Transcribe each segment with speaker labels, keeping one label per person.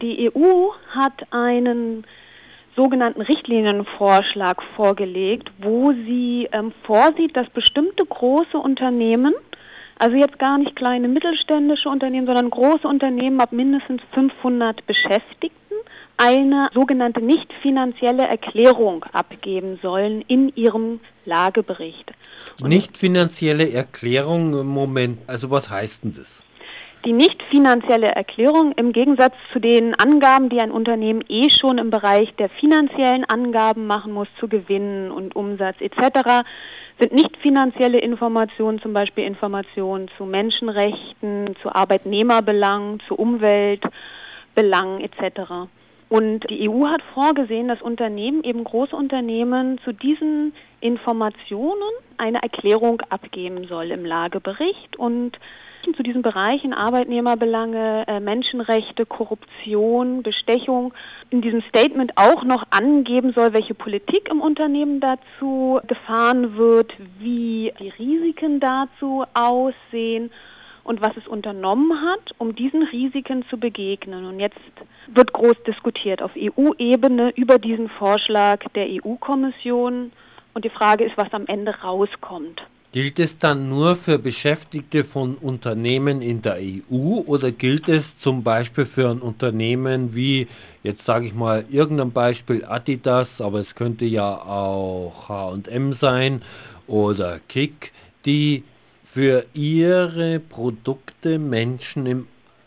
Speaker 1: Die EU hat einen sogenannten Richtlinienvorschlag vorgelegt, wo sie vorsieht, dass bestimmte große Unternehmen, also jetzt gar nicht kleine mittelständische Unternehmen, sondern große Unternehmen ab mindestens 500 Beschäftigten, eine sogenannte nicht finanzielle Erklärung abgeben sollen in ihrem Lagebericht.
Speaker 2: Nicht finanzielle Erklärung, Moment, also was heißt denn das?
Speaker 1: Die nicht finanzielle Erklärung im Gegensatz zu den Angaben, die ein Unternehmen schon im Bereich der finanziellen Angaben machen muss, zu Gewinnen und Umsatz etc., sind nicht finanzielle Informationen, zum Beispiel Informationen zu Menschenrechten, zu Arbeitnehmerbelangen, zu Umweltbelangen etc. Und die EU hat vorgesehen, dass Unternehmen, eben große Unternehmen, zu diesen Informationen eine Erklärung abgeben soll im Lagebericht und zu diesen Bereichen Arbeitnehmerbelange, Menschenrechte, Korruption, Bestechung in diesem Statement auch noch angeben soll, welche Politik im Unternehmen dazu gefahren wird, wie die Risiken dazu aussehen und was es unternommen hat, um diesen Risiken zu begegnen. Und jetzt wird groß diskutiert auf EU-Ebene über diesen Vorschlag der EU-Kommission und die Frage ist, was am Ende rauskommt.
Speaker 2: Gilt es dann nur für Beschäftigte von Unternehmen in der EU oder gilt es zum Beispiel für ein Unternehmen wie, jetzt sage ich mal, irgendein Beispiel Adidas, aber es könnte ja auch H&M sein oder Kick, die für ihre Produkte Menschen im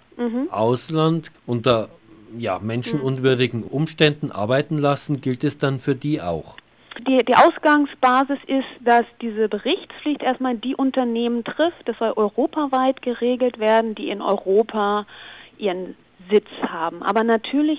Speaker 2: Ausland unter menschenunwürdigen Umständen arbeiten lassen, gilt es dann für die auch?
Speaker 1: Die Ausgangsbasis ist, dass diese Berichtspflicht erstmal die Unternehmen trifft. Das soll europaweit geregelt werden, die in Europa ihren Sitz haben. Aber natürlich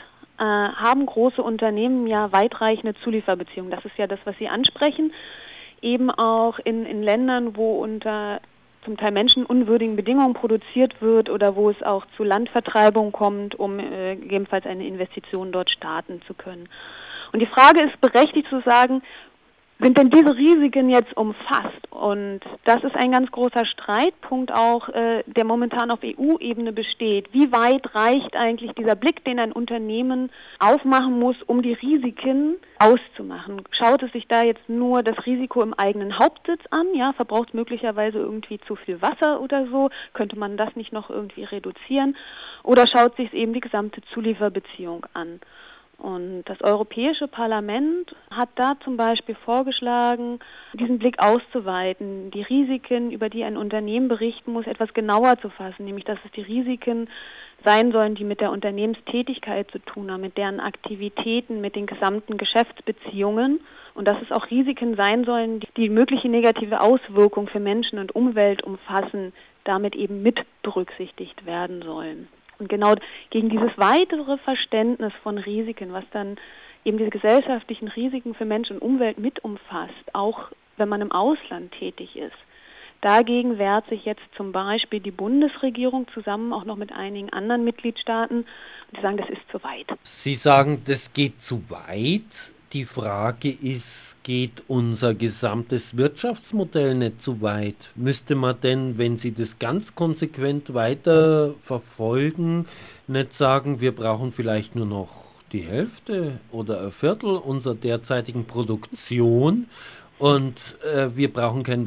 Speaker 1: haben große Unternehmen ja weitreichende Zulieferbeziehungen. Das ist ja das, was Sie ansprechen. Eben auch in Ländern, wo unter zum Teil menschenunwürdigen Bedingungen produziert wird oder wo es auch zu Landvertreibung kommt, um gegebenenfalls eine Investition dort starten zu können. Und die Frage ist berechtigt zu sagen, sind denn diese Risiken jetzt umfasst? Und das ist ein ganz großer Streitpunkt auch, der momentan auf EU-Ebene besteht. Wie weit reicht eigentlich dieser Blick, den ein Unternehmen aufmachen muss, um die Risiken auszumachen? Schaut es sich da jetzt nur das Risiko im eigenen Hauptsitz an? Ja, verbraucht es möglicherweise irgendwie zu viel Wasser oder so? Könnte man das nicht noch irgendwie reduzieren? Oder schaut sich eben die gesamte Zulieferbeziehung an? Und das Europäische Parlament hat da zum Beispiel vorgeschlagen, diesen Blick auszuweiten, die Risiken, über die ein Unternehmen berichten muss, etwas genauer zu fassen, nämlich dass es die Risiken sein sollen, die mit der Unternehmenstätigkeit zu tun haben, mit deren Aktivitäten, mit den gesamten Geschäftsbeziehungen und dass es auch Risiken sein sollen, die mögliche negative Auswirkung für Menschen und Umwelt umfassen, damit eben mit berücksichtigt werden sollen. Und genau gegen dieses weitere Verständnis von Risiken, was dann eben diese gesellschaftlichen Risiken für Mensch und Umwelt mit umfasst, auch wenn man im Ausland tätig ist, dagegen wehrt sich jetzt zum Beispiel die Bundesregierung zusammen auch noch mit einigen anderen Mitgliedstaaten. Die sagen, das ist zu weit.
Speaker 2: Sie sagen, das geht zu weit. Die Frage ist, geht unser gesamtes Wirtschaftsmodell nicht zu weit? Müsste man denn, wenn Sie das ganz konsequent weiter verfolgen, nicht sagen, wir brauchen vielleicht nur noch die Hälfte oder ein Viertel unserer derzeitigen Produktion und wir brauchen kein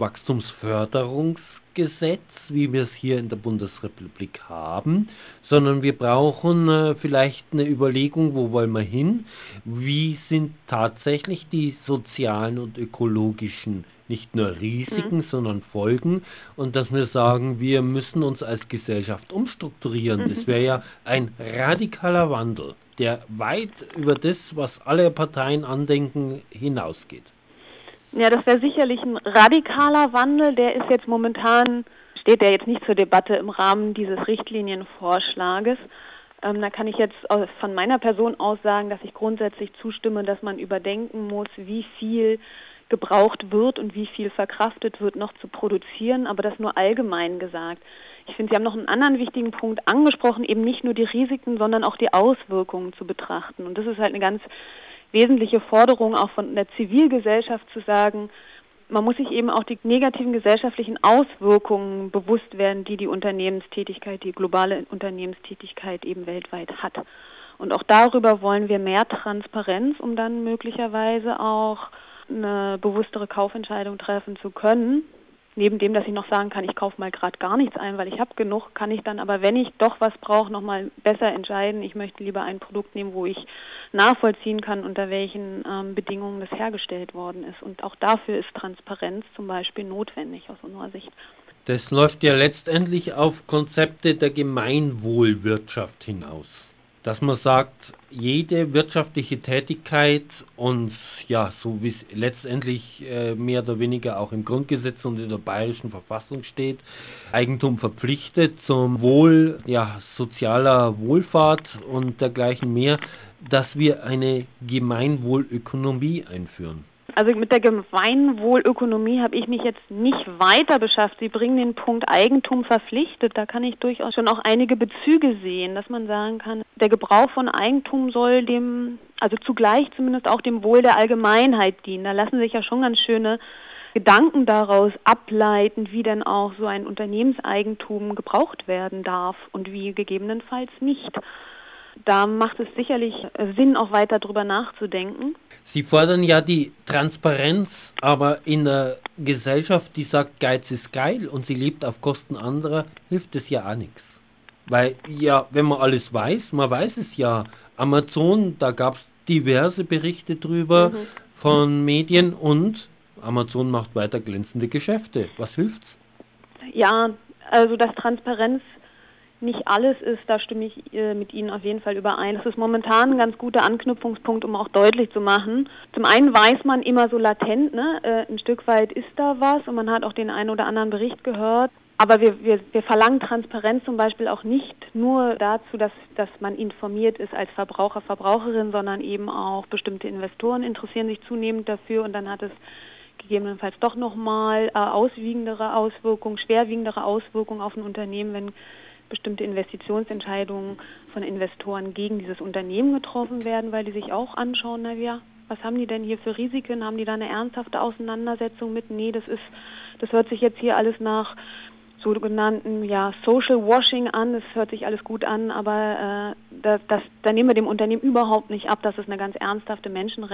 Speaker 2: Wachstumsförderungsgesetz, wie wir es hier in der Bundesrepublik haben, sondern wir brauchen vielleicht eine Überlegung, wo wollen wir hin? Wie sind tatsächlich die sozialen und ökologischen nicht nur Risiken, sondern Folgen und dass wir sagen, wir müssen uns als Gesellschaft umstrukturieren. Das wäre ja ein radikaler Wandel, der weit über das, was alle Parteien andenken, hinausgeht.
Speaker 1: Ja, das wäre sicherlich ein radikaler Wandel, der ist jetzt momentan, steht der jetzt nicht zur Debatte im Rahmen dieses Richtlinienvorschlages. Da kann ich jetzt von meiner Person aus sagen, dass ich grundsätzlich zustimme, dass man überdenken muss, wie viel gebraucht wird und wie viel verkraftet wird, noch zu produzieren, aber das nur allgemein gesagt. Ich finde, Sie haben noch einen anderen wichtigen Punkt angesprochen, eben nicht nur die Risiken, sondern auch die Auswirkungen zu betrachten. Und das ist halt eine ganz wesentliche Forderung auch von der Zivilgesellschaft zu sagen, man muss sich eben auch die negativen gesellschaftlichen Auswirkungen bewusst werden, die die Unternehmenstätigkeit, die globale Unternehmenstätigkeit eben weltweit hat. Und auch darüber wollen wir mehr Transparenz, um dann möglicherweise auch eine bewusstere Kaufentscheidung treffen zu können. Neben dem, dass ich noch sagen kann, ich kaufe mal gerade gar nichts ein, weil ich habe genug, kann ich dann aber, wenn ich doch was brauche, nochmal besser entscheiden. Ich möchte lieber ein Produkt nehmen, wo ich nachvollziehen kann, unter welchen Bedingungen das hergestellt worden ist. Und auch dafür ist Transparenz zum Beispiel notwendig aus unserer Sicht.
Speaker 2: Das läuft ja letztendlich auf Konzepte der Gemeinwohlwirtschaft hinaus. Dass man sagt, jede wirtschaftliche Tätigkeit und ja, so wie es letztendlich mehr oder weniger auch im Grundgesetz und in der bayerischen Verfassung steht, Eigentum verpflichtet zum Wohl, ja, sozialer Wohlfahrt und dergleichen mehr, dass wir eine Gemeinwohlökonomie einführen.
Speaker 1: Also mit der Gemeinwohlökonomie habe ich mich jetzt nicht weiter beschäftigt. Sie bringen den Punkt Eigentum verpflichtet. Da kann ich durchaus schon auch einige Bezüge sehen, dass man sagen kann, der Gebrauch von Eigentum soll also zugleich zumindest auch dem Wohl der Allgemeinheit dienen. Da lassen sich ja schon ganz schöne Gedanken daraus ableiten, wie denn auch so ein Unternehmenseigentum gebraucht werden darf und wie gegebenenfalls nicht. Da macht es sicherlich Sinn, auch weiter drüber nachzudenken.
Speaker 2: Sie fordern ja die Transparenz, aber in einer Gesellschaft, die sagt, Geiz ist geil und sie lebt auf Kosten anderer, hilft es ja auch nichts. Weil ja, wenn man alles weiß, man weiß es ja, Amazon, da gab es diverse Berichte drüber von Medien und Amazon macht weiter glänzende Geschäfte. Was hilft's?
Speaker 1: Ja, also dass Transparenz nicht alles ist, da stimme ich mit Ihnen auf jeden Fall überein. Das ist momentan ein ganz guter Anknüpfungspunkt, um auch deutlich zu machen. Zum einen weiß man immer so latent, ne, ein Stück weit ist da was und man hat auch den einen oder anderen Bericht gehört. Aber wir verlangen Transparenz zum Beispiel auch nicht nur dazu, dass man informiert ist als Verbraucher, Verbraucherin, sondern eben auch bestimmte Investoren interessieren sich zunehmend dafür und dann hat es gegebenenfalls doch nochmal schwerwiegendere Auswirkungen auf ein Unternehmen, wenn bestimmte Investitionsentscheidungen von Investoren gegen dieses Unternehmen getroffen werden, weil die sich auch anschauen, was haben die denn hier für Risiken? Haben die da eine ernsthafte Auseinandersetzung mit? Nee, das hört sich jetzt hier alles nach sogenannten Social Washing an, das hört sich alles gut an, aber da nehmen wir dem Unternehmen überhaupt nicht ab, dass es eine ganz ernsthafte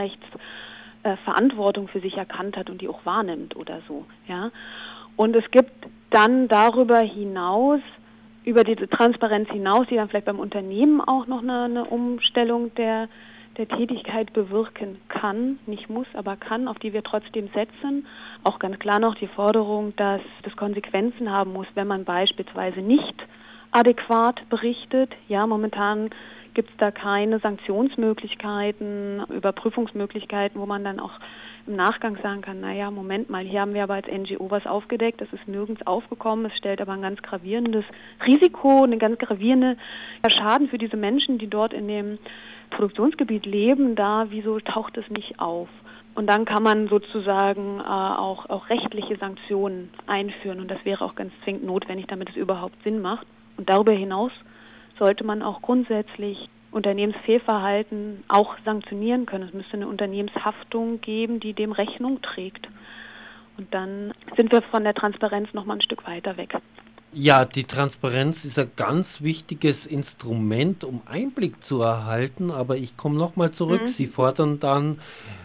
Speaker 1: Menschenrechtsverantwortung für sich erkannt hat und die auch wahrnimmt oder so. Ja? Und es gibt dann darüber hinaus, über diese Transparenz hinaus, die dann vielleicht beim Unternehmen auch noch eine Umstellung der Tätigkeit bewirken kann, nicht muss, aber kann, auf die wir trotzdem setzen. Auch ganz klar noch die Forderung, dass das Konsequenzen haben muss, wenn man beispielsweise nicht adäquat berichtet. Ja, momentan gibt es da keine Sanktionsmöglichkeiten, Überprüfungsmöglichkeiten, wo man dann auch im Nachgang sagen kann, Moment mal, hier haben wir aber als NGO was aufgedeckt, das ist nirgends aufgekommen, es stellt aber ein ganz gravierendes Risiko, eine ganz gravierende Schaden für diese Menschen, die dort in dem Produktionsgebiet leben, wieso taucht es nicht auf? Und dann kann man sozusagen auch rechtliche Sanktionen einführen und das wäre auch ganz zwingend notwendig, damit es überhaupt Sinn macht. Und darüber hinaus sollte man auch grundsätzlich Unternehmensfehlverhalten auch sanktionieren können. Es müsste eine Unternehmenshaftung geben, die dem Rechnung trägt. Und dann sind wir von der Transparenz noch mal ein Stück weiter weg.
Speaker 2: Ja, die Transparenz ist ein ganz wichtiges Instrument, um Einblick zu erhalten, aber ich komme nochmal zurück. Sie fordern dann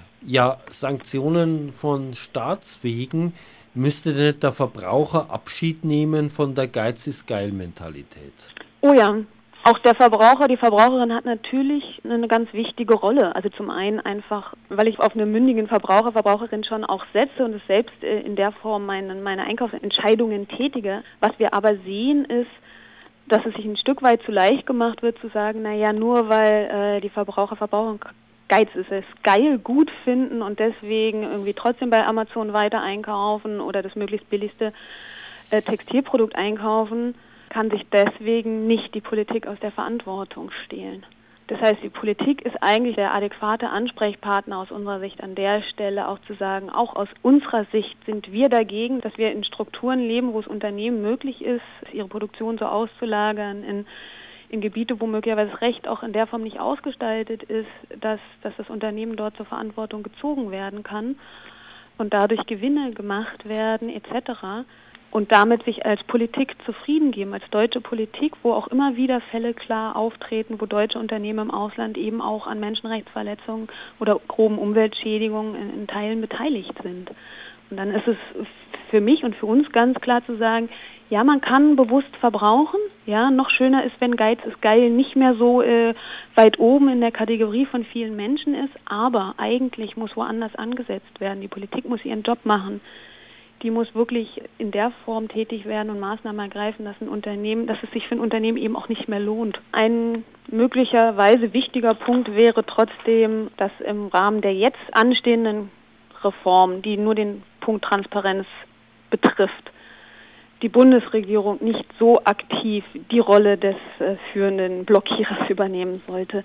Speaker 2: Sanktionen von Staatswegen. Müsste nicht der Verbraucher Abschied nehmen von der Geiz ist geil Mentalität?
Speaker 1: Oh ja, auch der Verbraucher, die Verbraucherin hat natürlich eine ganz wichtige Rolle. Also zum einen einfach, weil ich auf einen mündigen Verbraucher, Verbraucherin schon auch setze und es selbst in der Form meine Einkaufsentscheidungen tätige. Was wir aber sehen ist, dass es sich ein Stück weit zu leicht gemacht wird, zu sagen, nur weil die Verbraucher Geiz ist es, geil, gut finden und deswegen irgendwie trotzdem bei Amazon weiter einkaufen oder das möglichst billigste Textilprodukt einkaufen, kann sich deswegen nicht die Politik aus der Verantwortung stehlen. Das heißt, die Politik ist eigentlich der adäquate Ansprechpartner aus unserer Sicht an der Stelle, auch zu sagen, auch aus unserer Sicht sind wir dagegen, dass wir in Strukturen leben, wo es Unternehmen möglich ist, ihre Produktion so auszulagern in Gebiete, wo möglicherweise das Recht auch in der Form nicht ausgestaltet ist, dass das Unternehmen dort zur Verantwortung gezogen werden kann. und dadurch Gewinne gemacht werden etc. und damit sich als Politik zufrieden geben, als deutsche Politik, wo auch immer wieder Fälle klar auftreten, wo deutsche Unternehmen im Ausland eben auch an Menschenrechtsverletzungen oder groben Umweltschädigungen in Teilen beteiligt sind. Und dann ist es für mich und für uns ganz klar zu sagen, ja, man kann bewusst verbrauchen. Ja, noch schöner ist, wenn Geiz ist geil nicht mehr so weit oben in der Kategorie von vielen Menschen ist, aber eigentlich muss woanders angesetzt werden. Die Politik muss ihren Job machen. Die muss wirklich in der Form tätig werden und Maßnahmen ergreifen, dass es sich für ein Unternehmen eben auch nicht mehr lohnt. Ein möglicherweise wichtiger Punkt wäre trotzdem, dass im Rahmen der jetzt anstehenden Reform, die nur den Punkt Transparenz betrifft, die Bundesregierung nicht so aktiv die Rolle des führenden Blockierers übernehmen sollte.